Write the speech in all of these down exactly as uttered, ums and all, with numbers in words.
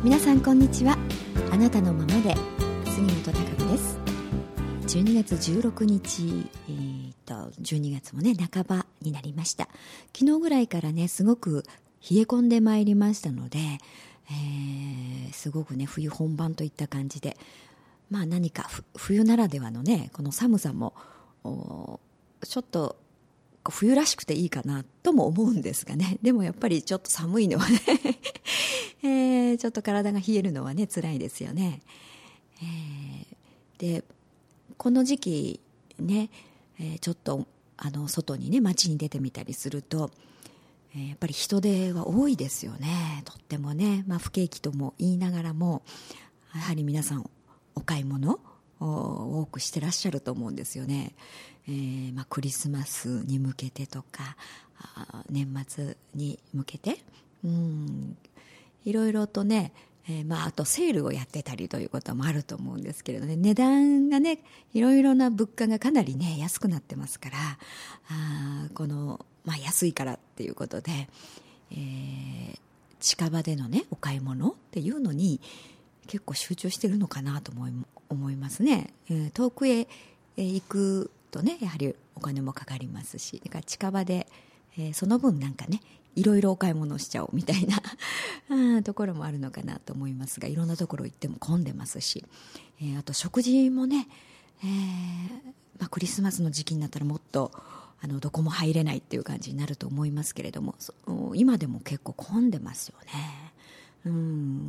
皆さんこんにちは。あなたのままで杉本孝子です。じゅうにがつじゅうろくにち、えー、とじゅうにがつもね半ばになりました。昨日ぐらいからねすごく冷え込んでまいりましたので、えー、すごくね冬本番といった感じで、まあ何か冬ならではのねこの寒さもちょっと冬らしくていいかなとも思うんですがね。でもやっぱりちょっと寒いのはね、えー、ちょっと体が冷えるのはね辛いですよね。えー、でこの時期ね、えー、ちょっとあの外にね街に出てみたりすると、えー、やっぱり人出は多いですよね。とってもね、まあ、不景気とも言いながらもやはり皆さんお買い物を多くしてらっしゃると思うんですよね。えーまあ、クリスマスに向けてとか年末に向けて、うん、いろいろとね、えーまあ、あとセールをやってたりということもあると思うんですけれどね、値段がねいろいろな物価がかなりね安くなってますから、あこの、まあ、安いからっていうことで、えー、近場でのねお買い物っていうのに結構集中してるのかなと思い、思いますね。えー、遠くへ行くとねやはりお金もかかりますし、だから近場で、えー、その分なんかねいろいろお買い物しちゃおうみたいなところもあるのかなと思いますが、いろんなところ行っても混んでますし、えー、あと食事もね、えーまあ、クリスマスの時期になったらもっとあのどこも入れないっていう感じになると思いますけれども、今でも結構混んでますよね。うん、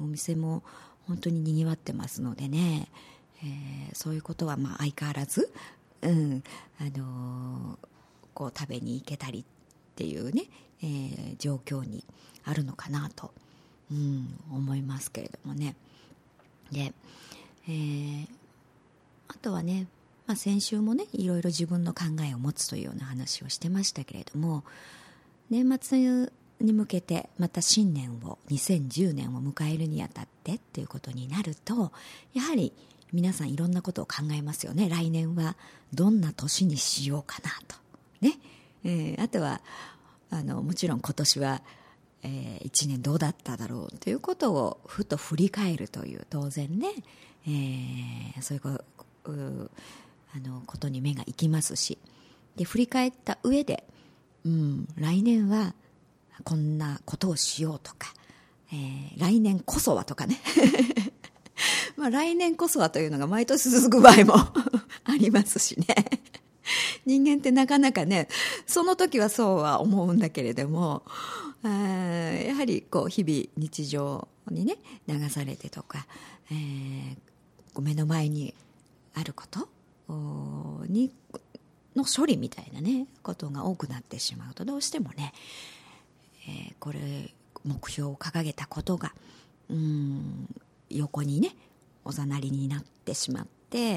お店も本当ににぎわってますのでね、えー、そういうことはまあ相変わらず、うんあのー、こう食べに行けたりっていうね、えー、状況にあるのかなと、うん、思いますけれどもね。で、えー、あとはね、まあ、先週もねいろいろ自分の考えを持つというような話をしてましたけれども、年末に向けてまた新年をにせんじゅうねんを迎えるにあたってっていうことになると、やはり皆さんいろんなことを考えますよね。来年はどんな年にしようかなとね、えー、あとはあのもちろん今年は、えー、いちねんどうだっただろうということをふと振り返るという、当然ね、えー、そういうこうあのことに目が行きますし、で振り返った上で、うん、来年はこんなことをしようとか、えー、来年こそはとかねまあ来年こそはというのが毎年続く場合もありますしね。人間ってなかなかねその時はそうは思うんだけれども、あやはりこう日々日常にね流されてとか、えー、目の前にあることにの処理みたいなねことが多くなってしまうと、どうしてもね、えー、これ目標を掲げたことがうーん横にねおざなりになってしまって、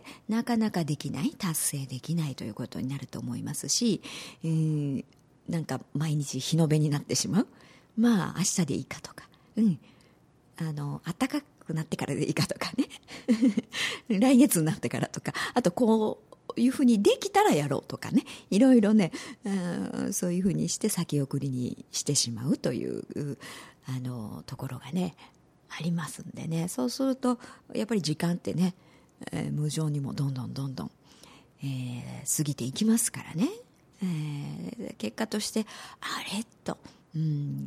なかなかできない、達成できないということになると思いますし、えー、なんか毎日日延べになってしまう。まあ明日でいいかとか、うん、あの暖かくなってからでいいかとかね来月になってからとか、あとこういうふうにできたらやろうとかね、いろいろね、うん、そういうふうにして先送りにしてしまうというあのところがねありますんでね。そうするとやっぱり時間ってね、えー、無情にもどんどんどんどん、えー、過ぎていきますからね、えー、結果としてあれと、うん、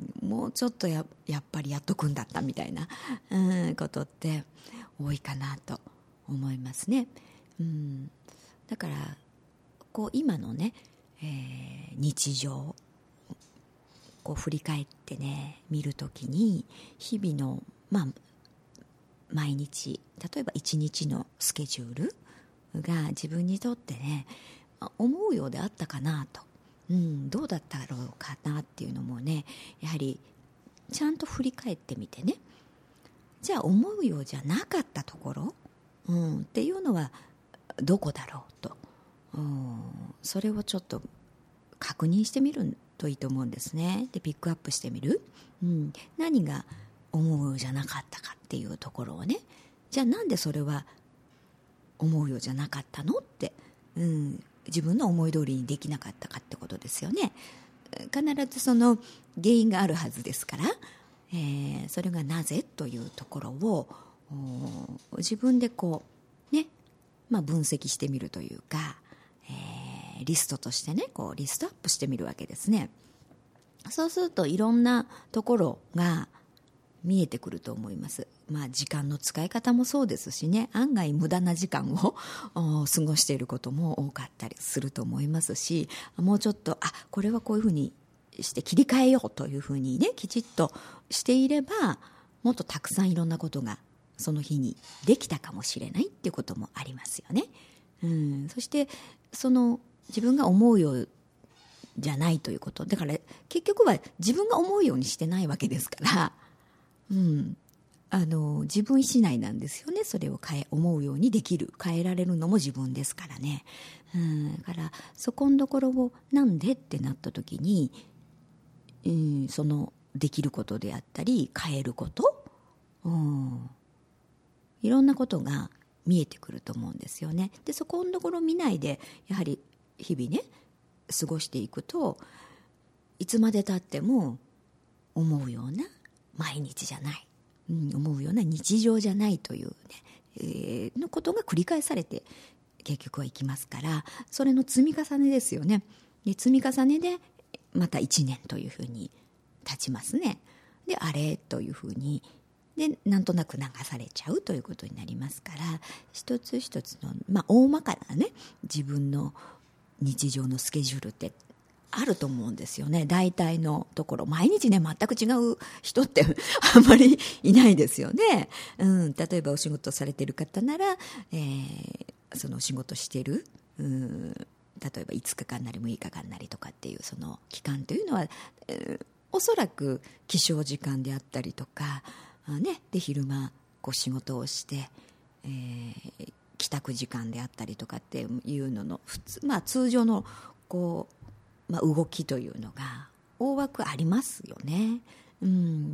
もうちょっと や, やっぱりやっとくんだったみたいな、うん、ことって多いかなと思いますね。うん、だからこう今のね、えー、日常こう振り返ってね見るときに、日々のまあ毎日例えば一日のスケジュールが自分にとってね思うようであったかなと、うん、どうだったろうかなっていうのもねやはりちゃんと振り返ってみてね、じゃあ思うようじゃなかったところ、うん、っていうのはどこだろうと、うん、それをちょっと確認してみるといいと思うんですね。でピックアップしてみる、うん、何が思うようじゃなかったかっていうところをね、じゃあなんでそれは思うようじゃなかったのって、うん、自分の思い通りにできなかったかってことですよね。必ずその原因があるはずですから、 えー、それがなぜというところを自分でこうね、まあ、分析してみるというか、えー、リストとしてねこうリストアップしてみるわけですね。そうするといろんなところが見えてくると思います。まあ、時間の使い方もそうですしね、案外無駄な時間を過ごしていることも多かったりすると思いますし、もうちょっとあこれはこういうふうにして切り替えようというふうにねきちっとしていれば、もっとたくさんいろんなことがその日にできたかもしれないっていうこともありますよね。うん、そしてその自分が思うようじゃないということだから、結局は自分が思うようにしてないわけですから、うん、あの自分次第なんですよね。それを変え思うようにできる、変えられるのも自分ですからね。うん、だからそこのところをなんでってなった時に、うん、そのできることであったり変えること、うん、いろんなことが見えてくると思うんですよね。でそこのところ見ないでやはり日々ね過ごしていくと、いつまでたっても思うような毎日じゃない、うん、思うような日常じゃないというね、えー、のことが繰り返されて結局はいきますから、それの積み重ねですよね。で積み重ねでまたいちねんというふうに経ちますね。であれというふうにでなんとなく流されちゃうということになりますから、一つ一つの、まあ、大まかなね自分の日常のスケジュールってあると思うんですよね。大体のところ毎日ね全く違う人ってあんまりいないですよね。うん、例えばお仕事されている方なら、えー、そのお仕事している、うん、例えばいつかかんなりむいかかんなりとかっていうその期間というのは、えー、おそらく起床時間であったりとか、ね、で昼間こう仕事をして、えー、帰宅時間であったりとかっていうのの普通、まあ、通常のこう、まあ、動きというのが大枠ありますよね。うん、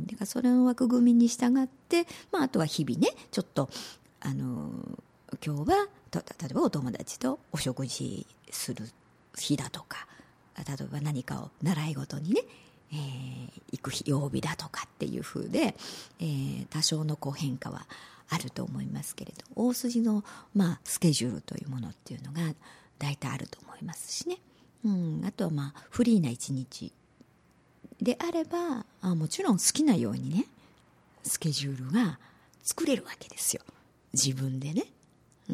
だからそれの枠組みに従って、まあ、あとは日々ねちょっとあの今日はと例えばお友達とお食事する日だとか、例えば何かを習い事にねえー、行く日曜日だとかっていう風で、えー、多少のこう変化はあると思いますけれど、大筋の、まあ、スケジュールというものっていうのが大体あると思いますしね、うん、あとはまあフリーな一日であればあもちろん好きなようにねスケジュールが作れるわけですよ、自分でね、うん、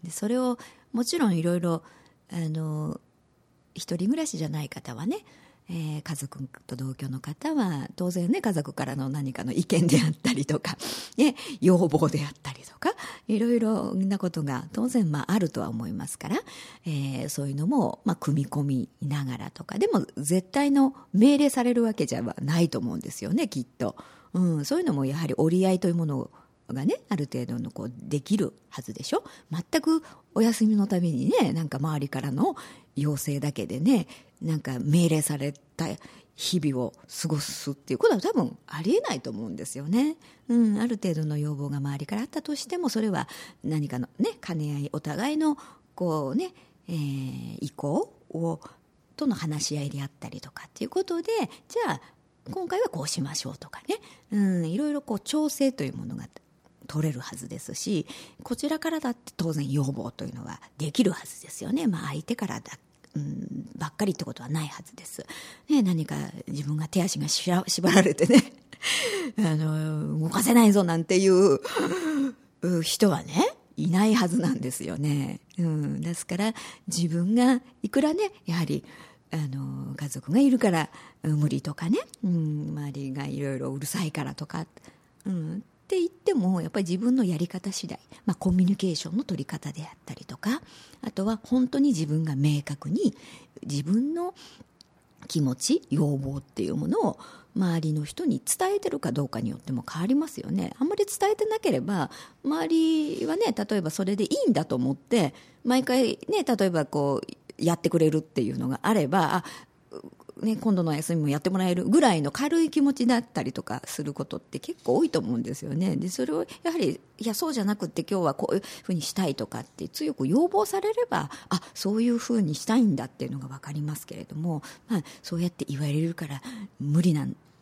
でそれをもちろんいろいろあの一人暮らしじゃない方はね、えー、家族と同居の方は当然ね家族からの何かの意見であったりとか、ね、要望であったりとかいろいろなことが当然まああるとは思いますから、えー、そういうのもまあ組み込みながらとかでも絶対の命令されるわけじゃないと思うんですよねきっと、うん、そういうのもやはり折り合いというものがねある程度のこうできるはずでしょ。全くお休みのためにねなんか周りからの要請だけでねなんか命令された日々を過ごすっていうことは多分ありえないと思うんですよね、うん、ある程度の要望が周りからあったとしてもそれは何かのね兼ね合いお互いのこうね、えー、意向をとの話し合いであったりとかっていうことでじゃあ今回はこうしましょうとかね、うん、いろいろこう調整というものが取れるはずですしこちらからだって当然要望というのはできるはずですよね、まあ、相手からだうん、ばっかりってことはないはずです、ね、何か自分が手足がしら縛られてねあの動かせないぞなんていう人はねいないはずなんですよね、うん、ですから自分がいくらねやはりあの家族がいるから無理とかね、うん、周りがいろいろうるさいからとか、うんって言ってもやっぱり自分のやり方次第、まあ、コミュニケーションの取り方であったりとかあとは本当に自分が明確に自分の気持ち要望っていうものを周りの人に伝えてるかどうかによっても変わりますよね。あんまり伝えてなければ周りはね例えばそれでいいんだと思って毎回ね例えばこうやってくれるっていうのがあればあね、今度の休みもやってもらえるぐらいの軽い気持ちだったりとかすることって結構多いと思うんですよね。でそれをやはりいやそうじゃなくって今日はこういうふうにしたいとかって強く要望されればあそういうふうにしたいんだっていうのが分かりますけれども、まあ、そうやって言われるから無理なん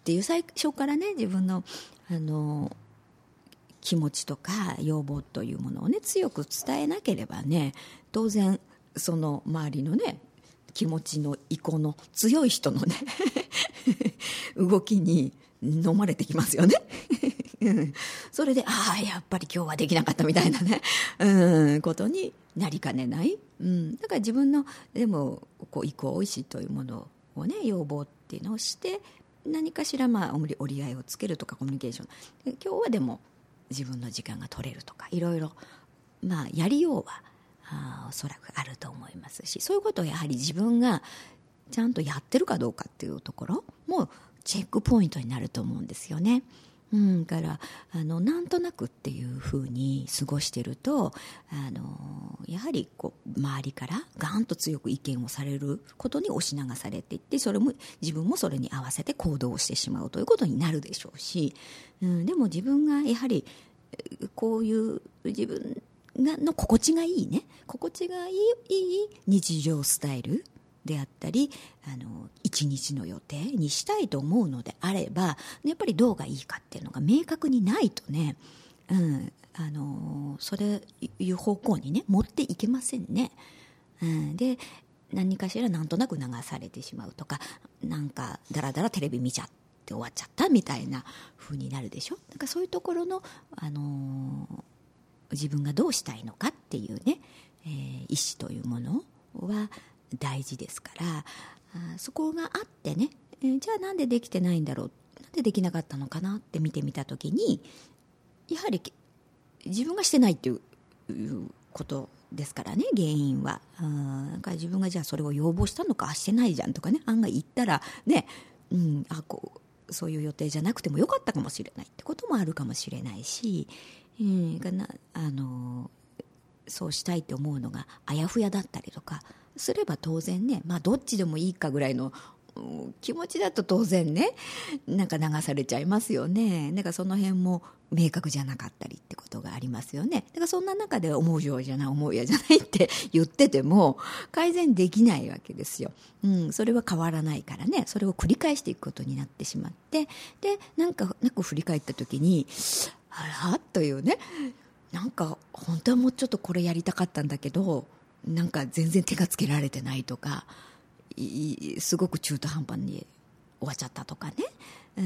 っていう最初からね自分のあの気持ちとか要望というものをね強く伝えなければね、当然その周りのね気持ちの意向の強い人のね動きに飲まれてきますよねそれでああやっぱり今日はできなかったみたいなね、うん、ことになりかねない、うん、だから自分のでもこう意向意思というものをね要望っていうのをして何かしらまあ折り合いをつけるとかコミュニケーションで今日はでも自分の時間が取れるとかいろいろまあやりようはあおそらくあると思いますし、そういうことをやはり自分がちゃんとやってるかどうかっていうところもチェックポイントになると思うんですよね。うん、だからあのなんとなくっていうふうに過ごしてるとあのやはりこう周りからガーンと強く意見をされることに押し流されていって、それも自分もそれに合わせて行動をしてしまうということになるでしょうし、うん、でも自分がやはりこういう自分がの心地がいいね心地がいい、いい日常スタイルであったりあの一日の予定にしたいと思うのであればやっぱりどうがいいかっていうのが明確にないとね、うん、あのそれいう方向にね持っていけませんね、うん、で何かしらなんとなく流されてしまうとかなんかだらだらテレビ見ちゃって終わっちゃったみたいな風になるでしょ。だからそういうところの、あの自分がどうしたいのかっていうね、えー、意思というものは大事ですから、あそこがあってね、えー、じゃあなんでできてないんだろうなんでできなかったのかなって見てみたときにやはり自分がしてないっていうことですからね原因は。あだから自分がじゃあそれを要望したのかしてないじゃんとかね案外言ったらね、うん、あこうそういう予定じゃなくてもよかったかもしれないってこともあるかもしれないし、うん、がなあのそうしたいって思うのがあやふやだったりとかすれば当然ね、まあ、どっちでもいいかぐらいの気持ちだと当然ねなんか流されちゃいますよね。だからその辺も明確じゃなかったりってことがありますよね。だからそんな中で思うようじゃない思うようじゃないって言ってても改善できないわけですよ、うん、それは変わらないからねそれを繰り返していくことになってしまってでなんかなく振り返った時にあらというねなんか本当はもうちょっとこれやりたかったんだけどなんか全然手がつけられてないとかすごく中途半端に終わっちゃったとかね、うん、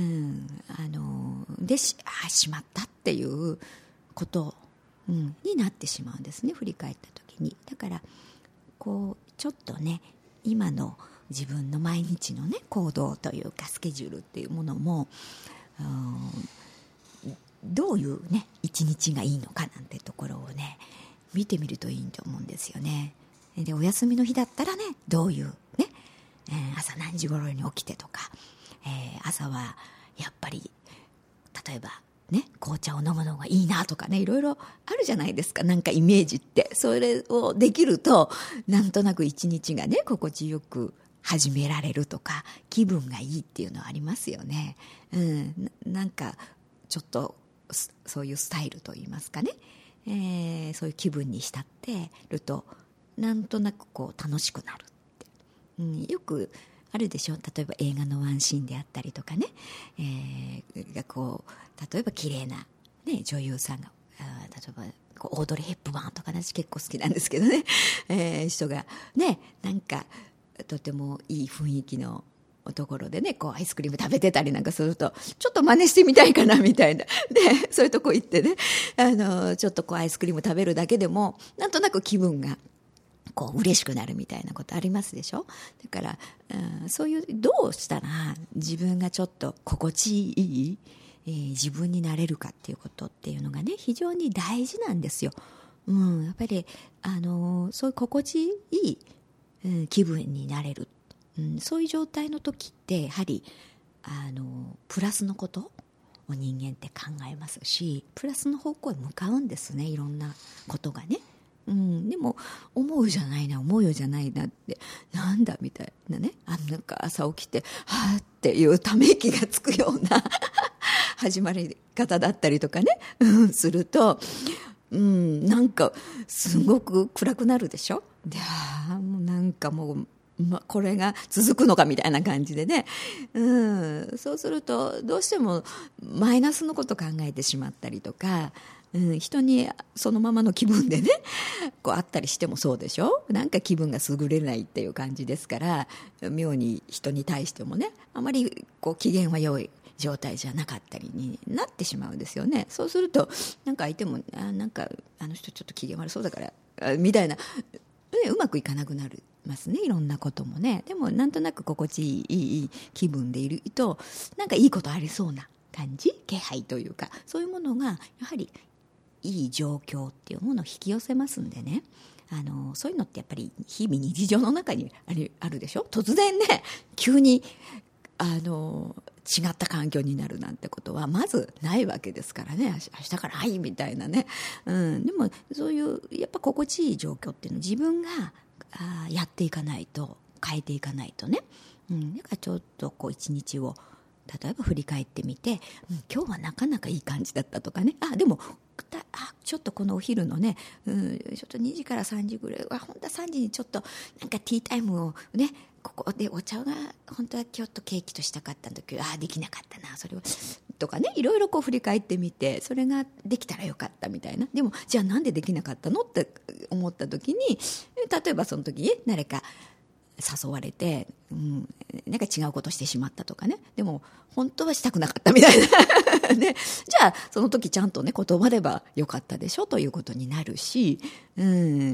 あので し, あしまったっていうこと、うん、になってしまうんですね振り返った時に。だからこうちょっとね今の自分の毎日のね行動というかスケジュールっていうものも、うん、どういうね一日がいいのかなんてところをね見てみるといいと思うんですよね。でお休みの日だったらねどういうね、えー、朝何時頃に起きてとか、えー、朝はやっぱり例えばね紅茶を飲むのがいいなとかねいろいろあるじゃないですか。なんかイメージってそれをできるとなんとなく一日がね心地よく始められるとか気分がいいっていうのはありますよね、うん、な, なんかちょっとそういうスタイルといいますかね、えー、そういう気分に浸ってるとなんとなくこう楽しくなるって、うん、よくあるでしょ。例えば映画のワンシーンであったりとかね、えー、がこう例えば綺麗な、ね、女優さんがあ例えばこうオードリー・ヘップバーンとか私結構好きなんですけどね、えー、人がねなんかとてもいい雰囲気のところでねこうアイスクリーム食べてたりなんかするとちょっと真似してみたいかなみたいなでそういうとこ行ってねあのちょっとこうアイスクリーム食べるだけでもなんとなく気分がこう嬉しくなるみたいなことありますでしょ。だから、うん、そういうどうしたら自分がちょっと心地いい、えー、自分になれるかっていうことっていうのがね非常に大事なんですよ、うん、やっぱり、あのー、そういう心地いい、うん、気分になれる、うん、そういう状態の時ってやはり、あのー、プラスのことを人間って考えますしプラスの方向へ向かうんですねいろんなことがね。うん、でも思うじゃないな思うよじゃないなってなんだみたいなねあなんか朝起きてはぁっていうため息がつくような始まり方だったりとかね、うん、すると、うん、なんかすごく暗くなるでしょ。であもうなんかもうま、これが続くのかみたいな感じでね、うん、そうするとどうしてもマイナスのこと考えてしまったりとか、うん、人にそのままの気分でねこう会ったりしてもそうでしょ。なんか気分が優れないっていう感じですから、妙に人に対してもねあまりこう機嫌は良い状態じゃなかったりになってしまうんですよね。そうするとなんか相手もあなんかあの人ちょっと機嫌悪そうだからみたいな、ね、うまくいかなくなりますね、いろんなこともね。でもなんとなく心地いい、いい気分でいるとなんかいいことありそうな感じ、気配というか、そういうものがやはりいい状況っていうものを引き寄せますんでね、あのそういうのってやっぱり日々日常の中にある、あるでしょ。突然ね急にあの違った環境になるなんてことはまずないわけですからね。明日からはいみたいなね、うん、でもそういうやっぱ心地いい状況っていうのを自分があやっていかないと、変えていかないとね、うん、だからちょっとこう一日を例えば振り返ってみて、うん、今日はなかなかいい感じだったとかね、あでもあちょっとこのお昼のね、うん、ちょっとにじからさんじぐらいは本当はさんじにちょっとなんかティータイムをねここでお茶が本当はちょっとケーキとしたかったんだけど、ああできなかったなそれをとかね、いろいろこう振り返ってみて、それができたらよかったみたいな。でもじゃあなんでできなかったのって思った時に、例えばその時に誰か誘われて、うん、なんか違うことしてしまったとかね、でも本当はしたくなかったみたいなね、じゃあその時ちゃんとね断ればよかったでしょということになるし、うん、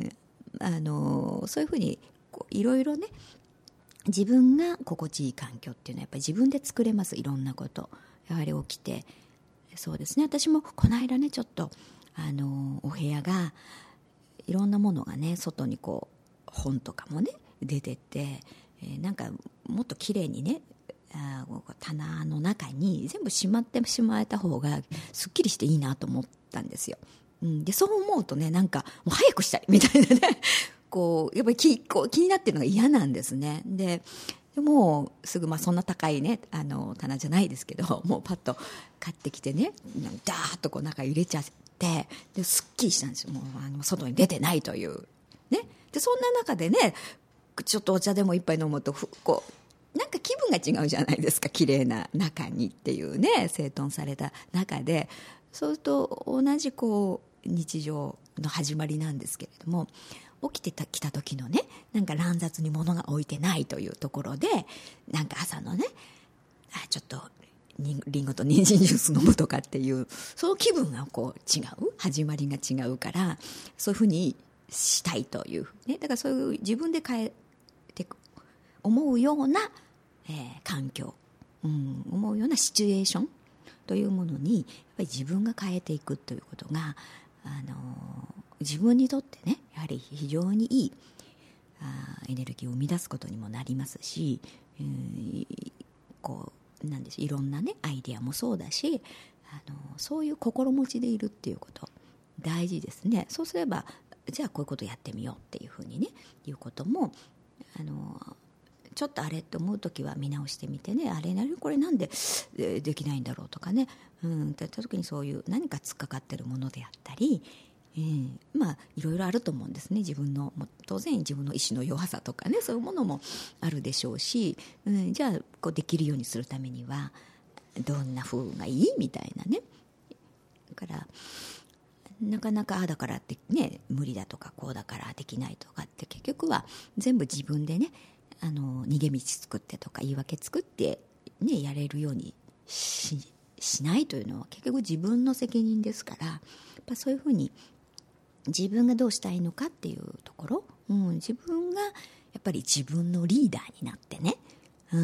あのそういうふうにいろいろね自分が心地いい環境っていうのはやっぱり自分で作れます。いろんなことやはり起きて、そうですね、私もこの間ねちょっとあのお部屋がいろんなものがね外にこう本とかもね出てて、えー、なんかもっときれいにねあ棚の中に全部しまってしまえた方がすっきりしていいなと思ったんですよ、うん、でそう思うとねなんかもう早くしたいみたいなねこうやっぱり 気, こう気になってるのが嫌なんですね。ででもうすぐ、まあ、そんな高いねあの棚じゃないですけど、もうパッと買ってきてねダーッとこう中入れちゃってですっきりしたんですよ。もうあの外に出てないというね。でそんな中でねちょっとお茶でも一杯飲むとこうなんか気分が違うじゃないですか。綺麗な中にっていうね整頓された中で、そうすると同じこう日常の始まりなんですけれども、起きてきた時のねなんか乱雑に物が置いてないというところで、なんか朝のねあちょっとリンゴと人参ジュース飲むとかっていうその気分がこう違う、始まりが違うから、そういうふうにしたいという、ね、だからそういう自分で変えて思うような、えー、環境、うん、思うようなシチュエーションというものにやっぱり自分が変えていくということが、あのー、自分にとってねやはり非常にいいあエネルギーを生み出すことにもなりますし、えー、こうなんでしょう、いろんなねアイデアもそうだし、あのー、そういう心持ちでいるっていうこと大事ですね。そうすればじゃあこういうことやってみようっていうふうにねいうことも、あのちょっとあれって思うときは見直してみてね、あれなりこれなんでできないんだろうとかね、うんって言った時にそういう何か突っかかってるものであったり、えー、まあいろいろあると思うんですね。自分の当然自分の意志の弱さとかねそういうものもあるでしょうし、うん、じゃあこうできるようにするためにはどんな風がいいみたいなね。だからなかなかあだからってね無理だとかこうだからできないとかって結局は全部自分でねあの逃げ道作ってとか言い訳作って、ね、やれるように し, しないというのは結局自分の責任ですから、やっぱそういうふうに自分がどうしたいのかっていうところ、うん、自分がやっぱり自分のリーダーになってね、うん、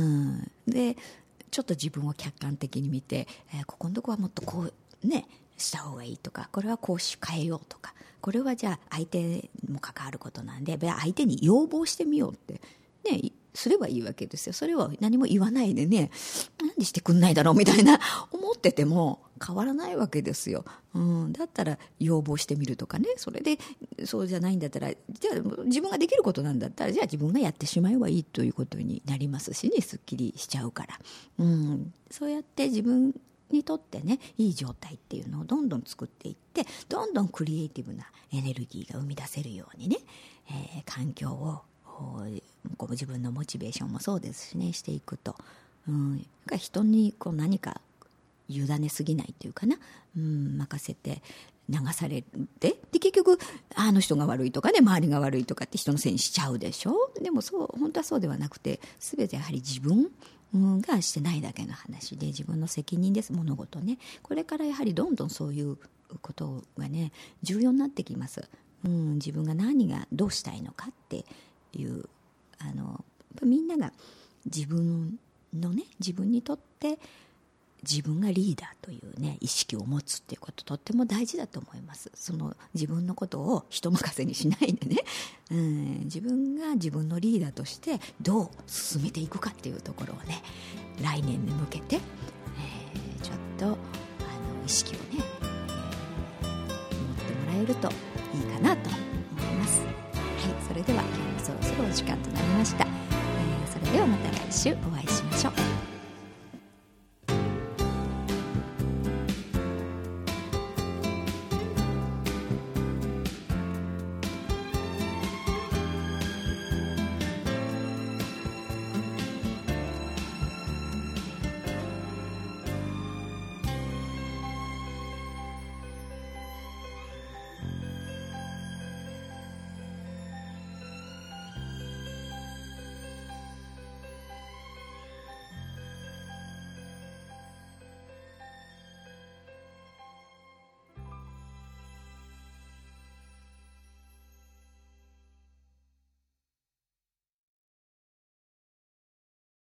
でちょっと自分を客観的に見て、えー、ここのとこはもっとこうねした方がいいとか、これはこう変えようとか、これはじゃあ相手も関わることなんで相手に要望してみようってねすればいいわけですよ。それを何も言わないでねなんでしてくんないだろうみたいな思ってても変わらないわけですよ、うん、だったら要望してみるとかね、それでそうじゃないんだったらじゃあ自分ができることなんだったらじゃあ自分がやってしまえばいいということになりますしね、すっきりしちゃうから、うん、そうやって自分にとってねいい状態っていうのをどんどん作っていって、どんどんクリエイティブなエネルギーが生み出せるようにね、えー、環境をこう自分のモチベーションもそうですしね、していくと、うん、人にこう何か委ねすぎないっていうかな、うん、任せて流されて、で結局あの人が悪いとかね、周りが悪いとかって人のせいにしちゃうでしょ。でもそう本当はそうではなくて、全てやはり自分がしてないだけの話で、自分の責任です、物事ね。これからやはりどんどんそういうことがね重要になってきます、うん、自分が何がどうしたいのかっていう、あのみんなが自分のね、自分にとって自分がリーダーというね意識を持つっていうこと、とっても大事だと思います。その自分のことを人任せにしないでね、うん、自分が自分のリーダーとしてどう進めていくかっていうところをね、来年に向けて、えー、ちょっとあの意識をね、えー、持ってもらえるといいかなと思います。はい、それではそろそろお時間となりました。えー、それではまた来週お会いしましょう。